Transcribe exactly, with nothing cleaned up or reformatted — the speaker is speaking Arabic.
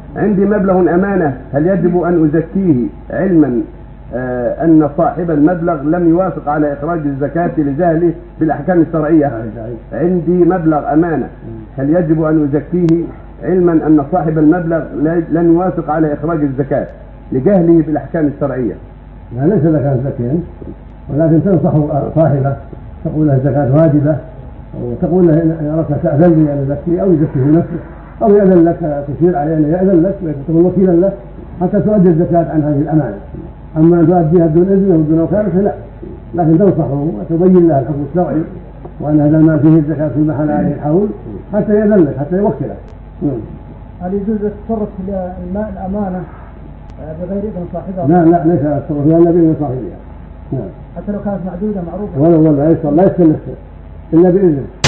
عندي مبلغ أمانة، هل يجب أن أزكيه علما آه أن صاحب المبلغ لم يوافق على إخراج الزكاة لجهله بالأحكام الشرعية؟ عندي مبلغ أمانة، هل يجب أن أزكيه علما أن صاحب المبلغ لم يوافق على إخراج الزكاة لجهله بالأحكام الشرعية؟ لا، ليس زكاة زكيا، ولكن تنصح صاحبه، تقول له الزكاة واجبة، وتقول له إن أردت تأذن لي أن أزكي أو يزكيه نفسه، أو يأذن لك، تشير عليه أن يأذن لك وتكون وكيلا له حتى تؤدي الزكاة عن هذه الأمانة. أما أن تؤديها بدون إذن أو بدون وكالة لا، لكن تنصحه وتبين له الحكم الشرعي وأن هذا المال فيه الزكاة في محل عليه الحول حتى يأذن لك، حتى يوكله. هل يجوز التصرف في الماء الأمانة بغير إذن صاحبها؟ لا لا، ليس التصرف فيها إلا بإذن صاحبها. نعم. حتى لو كانت معدودة معروفة؟ ولا ولا لا يستلف إلا بإذن.